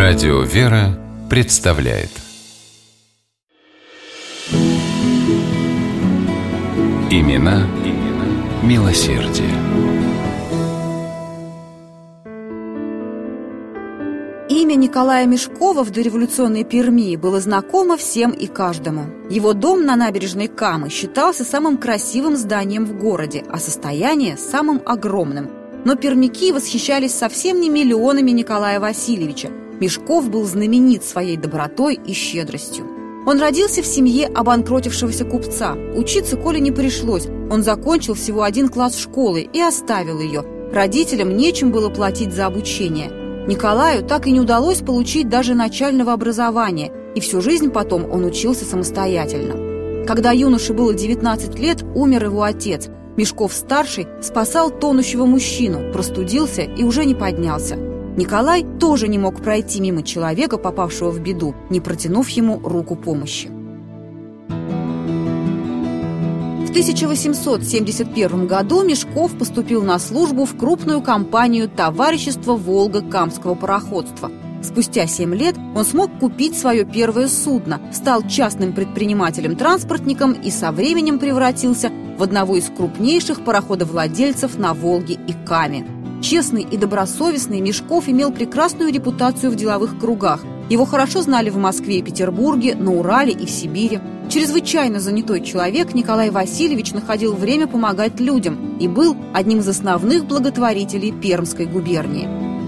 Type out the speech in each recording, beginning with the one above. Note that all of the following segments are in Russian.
Радио «Вера» представляет Имена милосердия. Имя Николая Мешкова в дореволюционной Перми было знакомо всем и каждому. Его дом на набережной Камы считался самым красивым зданием в городе, а состояние – самым огромным. Но пермяки восхищались совсем не миллионами Николая Васильевича. Мешков был знаменит своей добротой и щедростью. Он родился в семье обанкротившегося купца. Учиться Коле не пришлось. Он закончил всего 1 класс школы и оставил ее. Родителям нечем было платить за обучение. Николаю так и не удалось получить даже начального образования, и всю жизнь потом он учился самостоятельно. Когда юноше было 19 лет, умер его отец. Мешков-старший спасал тонущего мужчину, простудился и уже не поднялся. Николай тоже не мог пройти мимо человека, попавшего в беду, не протянув ему руку помощи. В 1871 году Мешков поступил на службу в крупную компанию «Товарищество Волго-Камского пароходства». Спустя 7 лет он смог купить свое первое судно, стал частным предпринимателем-транспортником и со временем превратился в одного из крупнейших пароходовладельцев на Волге и Каме. Честный и добросовестный, Мешков имел прекрасную репутацию в деловых кругах. Его хорошо знали в Москве и Петербурге, на Урале и в Сибири. Чрезвычайно занятой человек, Николай Васильевич находил время помогать людям и был одним из основных благотворителей Пермской губернии.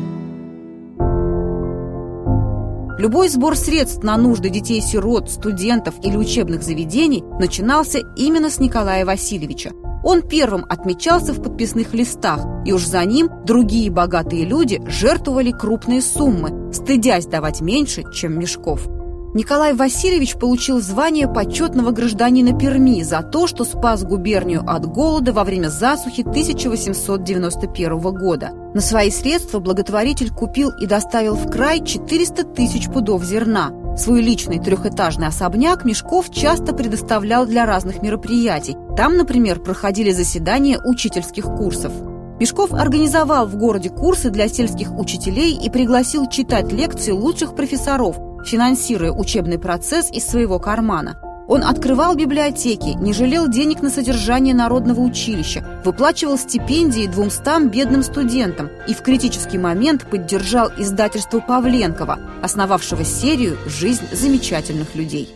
Любой сбор средств на нужды детей-сирот, студентов или учебных заведений начинался именно с Николая Васильевича. Он первым отмечался в подписных листах, и уж за ним другие богатые люди жертвовали крупные суммы, стыдясь давать меньше, чем Мешков. Николай Васильевич получил звание почетного гражданина Перми за то, что спас губернию от голода во время засухи 1891 года. На свои средства благотворитель купил и доставил в край 400 тысяч пудов зерна. Свой личный 3-этажный особняк Мешков часто предоставлял для разных мероприятий. Там, например, проходили заседания учительских курсов. Мешков организовал в городе курсы для сельских учителей и пригласил читать лекции лучших профессоров, финансируя учебный процесс из своего кармана. Он открывал библиотеки, не жалел денег на содержание народного училища, выплачивал стипендии 200 бедным студентам и в критический момент поддержал издательство Павленкова, основавшего серию «Жизнь замечательных людей».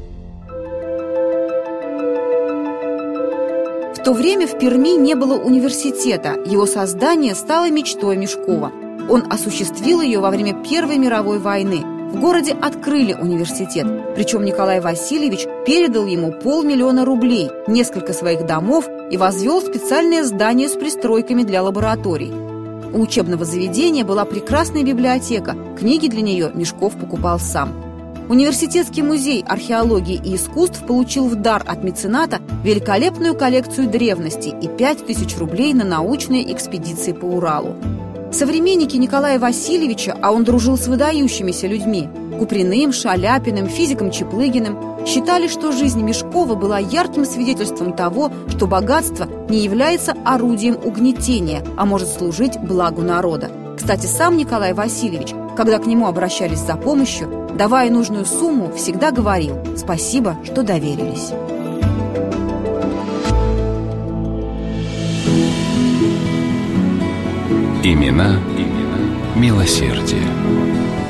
В то время в Перми не было университета, его создание стало мечтой Мешкова. Он осуществил ее во время Первой мировой войны. В городе открыли университет, причем Николай Васильевич передал ему 500 000 рублей, несколько своих домов и возвел специальное здание с пристройками для лабораторий. У учебного заведения была прекрасная библиотека, книги для нее Мешков покупал сам. Университетский музей археологии и искусств получил в дар от мецената великолепную коллекцию древностей и 5000 рублей на научные экспедиции по Уралу. Современники Николая Васильевича, а он дружил с выдающимися людьми – Куприным, Шаляпиным, физиком Чаплыгиным – считали, что жизнь Мешкова была ярким свидетельством того, что богатство не является орудием угнетения, а может служить благу народа. Кстати, сам Николай Васильевич, когда к нему обращались за помощью, давая нужную сумму, всегда говорил «спасибо, что доверились». Имена милосердия.